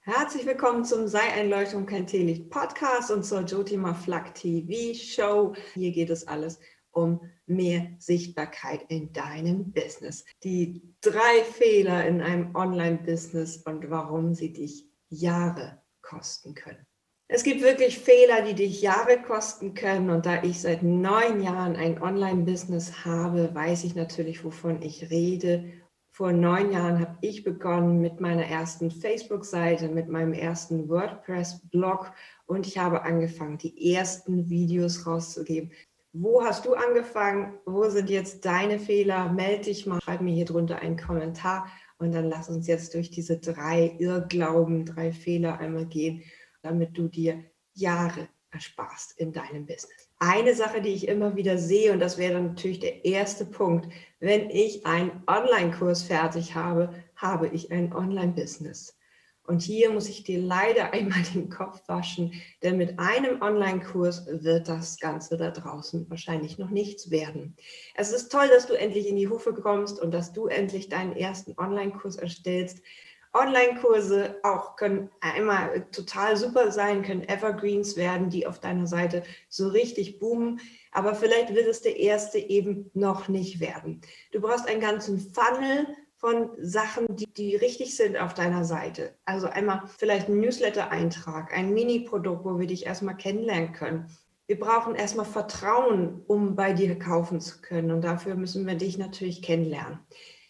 Herzlich willkommen zum Sei ein Leuchtturm, kein Teelicht Podcast und zur Jyotima Flak TV Show. Hier geht es alles um mehr Sichtbarkeit in deinem Business. Die 3 Fehler in einem Online-Business und warum sie dich Jahre kosten können. Es gibt wirklich Fehler, die dich Jahre kosten können, und da ich seit 9 Jahren ein Online-Business habe, weiß ich natürlich, wovon ich rede. Vor 9 Jahren habe ich begonnen mit meiner ersten Facebook-Seite, mit meinem ersten WordPress-Blog, und ich habe angefangen, die ersten Videos rauszugeben. Wo hast du angefangen? Wo sind jetzt deine Fehler? Melde dich mal, schreib mir hier drunter einen Kommentar und dann lass uns jetzt durch diese 3 Irrglauben, 3 Fehler einmal gehen, damit du dir Jahre ersparst in deinem Business. Eine Sache, die ich immer wieder sehe, und das wäre dann natürlich der erste Punkt: Wenn ich einen Online-Kurs fertig habe, habe ich ein Online-Business. Und hier muss ich dir leider einmal den Kopf waschen, denn mit einem Online-Kurs wird das Ganze da draußen wahrscheinlich noch nichts werden. Es ist toll, dass du endlich in die Hufe kommst und dass du endlich deinen ersten Online-Kurs erstellst. Online-Kurse auch können einmal total super sein, können Evergreens werden, die auf deiner Seite so richtig boomen, aber vielleicht wird es der erste eben noch nicht werden. Du brauchst einen ganzen Funnel von Sachen, die richtig sind auf deiner Seite. Also einmal vielleicht ein Newsletter-Eintrag, ein Mini-Produkt, wo wir dich erstmal kennenlernen können. Wir brauchen erstmal Vertrauen, um bei dir kaufen zu können, und dafür müssen wir dich natürlich kennenlernen.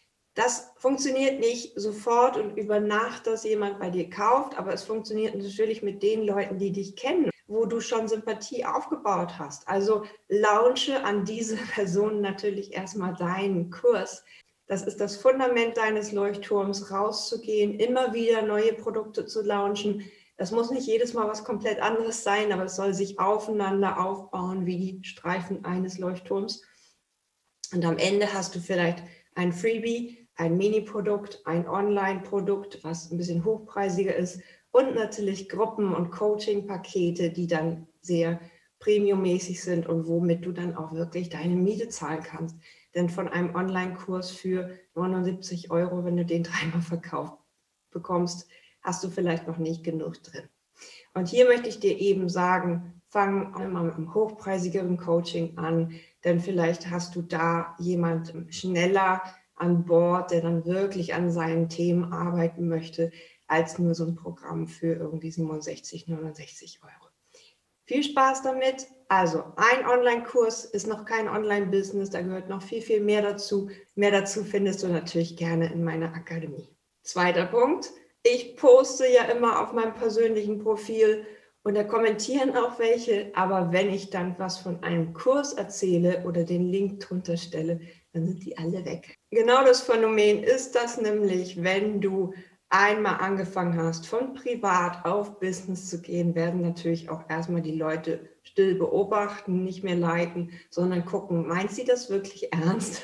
Das funktioniert nicht sofort und über Nacht, dass jemand bei dir kauft, aber es funktioniert natürlich mit den Leuten, die dich kennen, wo du schon Sympathie aufgebaut hast. Also launche an diese Personen natürlich erstmal deinen Kurs. Das ist das Fundament deines Leuchtturms, rauszugehen, immer wieder neue Produkte zu launchen. Das muss nicht jedes Mal was komplett anderes sein, aber es soll sich aufeinander aufbauen wie die Streifen eines Leuchtturms. Und am Ende hast du vielleicht ein Freebie, ein Mini-Produkt, ein Online-Produkt, was ein bisschen hochpreisiger ist, und natürlich Gruppen- und Coaching-Pakete, die dann sehr premiummäßig sind und womit du dann auch wirklich deine Miete zahlen kannst. Denn von einem Online-Kurs für 79 €, wenn du den 3-mal verkauft bekommst, hast du vielleicht noch nicht genug drin. Und hier möchte ich dir eben sagen, fang einmal mit einem hochpreisigeren Coaching an, denn vielleicht hast du da jemanden schneller an Bord, der dann wirklich an seinen Themen arbeiten möchte, als nur so ein Programm für irgendwie 67, 69 €. Viel Spaß damit. Also ein Online-Kurs ist noch kein Online-Business, da gehört noch viel, viel mehr dazu. Mehr dazu findest du natürlich gerne in meiner Akademie. Zweiter Punkt: Ich poste ja immer auf meinem persönlichen Profil und da kommentieren auch welche, aber wenn ich dann was von einem Kurs erzähle oder den Link drunter stelle, dann sind die alle weg. Genau das Phänomen ist das nämlich, wenn du einmal angefangen hast, von privat auf Business zu gehen, werden natürlich auch erstmal die Leute still beobachten, nicht mehr liken, sondern gucken, meint sie das wirklich ernst?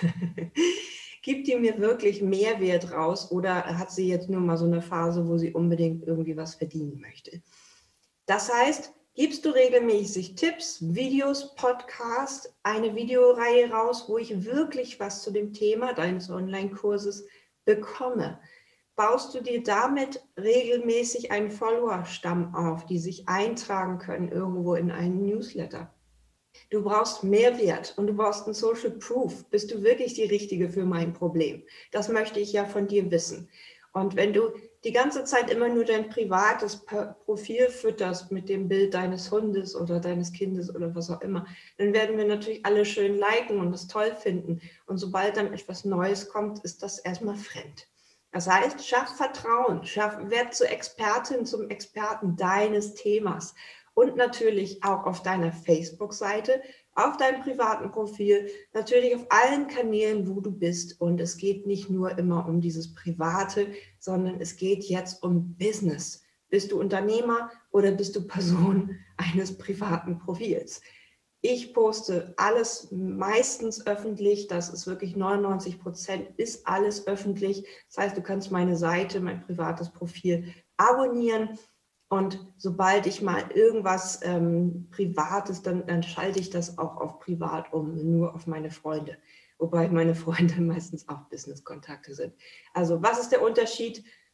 Gibt die mir wirklich Mehrwert raus, oder hat sie jetzt nur mal so eine Phase, wo sie unbedingt irgendwie was verdienen möchte? Das heißt, gibst du regelmäßig Tipps, Videos, Podcasts, eine Videoreihe raus, wo ich wirklich was zu dem Thema deines Online-Kurses bekomme? Baust du dir damit regelmäßig einen Followerstamm auf, die sich eintragen können irgendwo in einen Newsletter? Du brauchst Mehrwert und du brauchst einen Social Proof. Bist du wirklich die Richtige für mein Problem? Das möchte ich ja von dir wissen. Und wenn du die ganze Zeit immer nur dein privates Profil fütterst mit dem Bild deines Hundes oder deines Kindes oder was auch immer, dann werden wir natürlich alle schön liken und das toll finden. Und sobald dann etwas Neues kommt, ist das erstmal fremd. Das heißt, schaff Vertrauen, werd zur Expertin, zum Experten deines Themas. Und natürlich auch auf deiner Facebook-Seite, auf deinem privaten Profil, natürlich auf allen Kanälen, wo du bist. Und es geht nicht nur immer um dieses Private, sondern es geht jetzt um Business. Bist du Unternehmer oder bist du Person eines privaten Profils? Ich poste alles meistens öffentlich, das ist wirklich 99% ist alles öffentlich. Das heißt, du kannst meine Seite, mein privates Profil abonnieren. Und sobald ich mal irgendwas Privates, dann schalte ich das auch auf privat um, nur auf meine Freunde. Wobei meine Freunde meistens auch Business-Kontakte sind. Also was ist der Unterschied?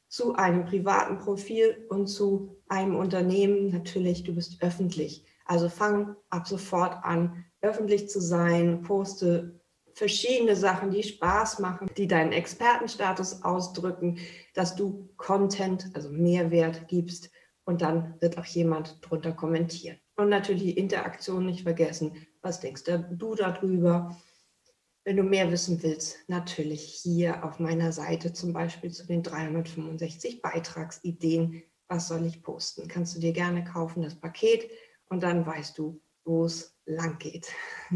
zu einem privaten Profil und zu einem Unternehmen. Natürlich, du bist öffentlich. Also fang ab sofort an, öffentlich zu sein, poste verschiedene Sachen, die Spaß machen, die deinen Expertenstatus ausdrücken, dass du Content, also Mehrwert gibst und dann wird auch jemand drunter kommentieren. Und natürlich die Interaktion nicht vergessen. Was denkst du darüber? Wenn du mehr wissen willst, natürlich hier auf meiner Seite zum Beispiel zu den 365 Beitragsideen. Was soll ich posten? Kannst du dir gerne kaufen, das Paket, und dann weißt du, wo es lang geht.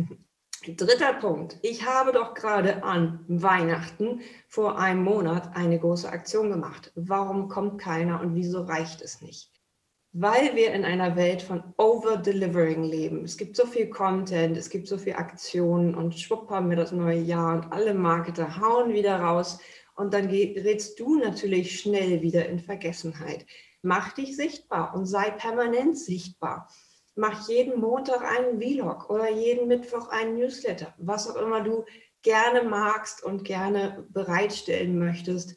Dritter Punkt. Ich habe doch gerade an Weihnachten vor einem Monat eine große Aktion gemacht. Warum kommt keiner und wieso reicht es nicht? Weil wir in einer Welt von Over-Delivering leben. Es gibt so viel Content, es gibt so viele Aktionen und schwupp haben wir das neue Jahr und alle Marketer hauen wieder raus und dann gerätst du natürlich schnell wieder in Vergessenheit. Mach dich sichtbar und sei permanent sichtbar. Mach jeden Montag einen Vlog oder jeden Mittwoch einen Newsletter, was auch immer du gerne magst und gerne bereitstellen möchtest.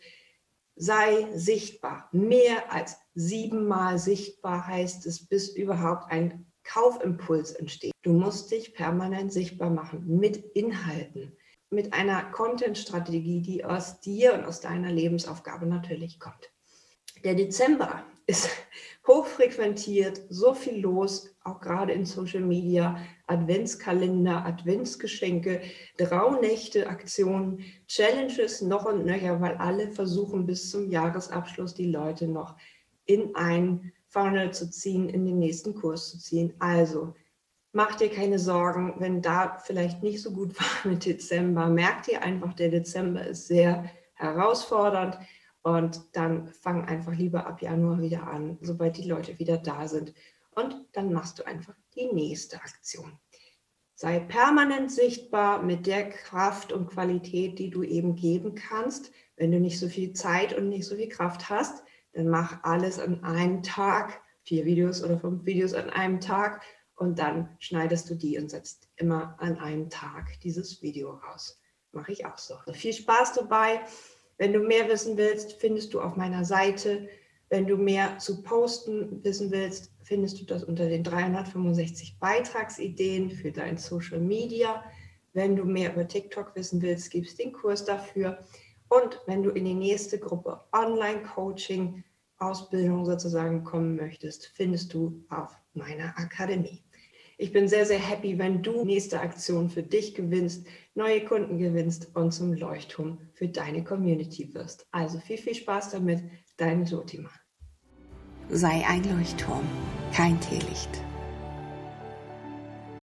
Sei sichtbar. Mehr als 7-mal sichtbar heißt es, bis überhaupt ein Kaufimpuls entsteht. Du musst dich permanent sichtbar machen mit Inhalten, mit einer Content-Strategie, die aus dir und aus deiner Lebensaufgabe natürlich kommt. Der Dezember ist hochfrequentiert, so viel los, auch gerade in Social Media, Adventskalender, Adventsgeschenke, Rauhnächte, Aktionen, Challenges noch und nöcher, weil alle versuchen bis zum Jahresabschluss die Leute noch in ein Funnel zu ziehen, in den nächsten Kurs zu ziehen. Also mach dir keine Sorgen, wenn da vielleicht nicht so gut war mit Dezember. Merk dir einfach, der Dezember ist sehr herausfordernd. Und dann fang einfach lieber ab Januar wieder an, sobald die Leute wieder da sind. Und dann machst du einfach die nächste Aktion. Sei permanent sichtbar mit der Kraft und Qualität, die du eben geben kannst. Wenn du nicht so viel Zeit und nicht so viel Kraft hast, dann mach alles an einem Tag, 4 Videos oder 5 Videos an einem Tag. Und dann schneidest du die und setzt immer an einem Tag dieses Video raus. Mache ich auch so. Viel Spaß dabei. Wenn du mehr wissen willst, findest du auf meiner Seite. Wenn du mehr zu posten wissen willst, findest du das unter den 365 Beitragsideen für dein Social Media. Wenn du mehr über TikTok wissen willst, gibt es den Kurs dafür. Und wenn du in die nächste Gruppe Online-Coaching, Ausbildung sozusagen kommen möchtest, findest du auf meiner Akademie. Ich bin sehr, sehr happy, wenn du nächste Aktion für dich gewinnst, neue Kunden gewinnst und zum Leuchtturm für deine Community wirst. Also viel, viel Spaß damit, deine Jotima. Sei ein Leuchtturm, kein Teelicht.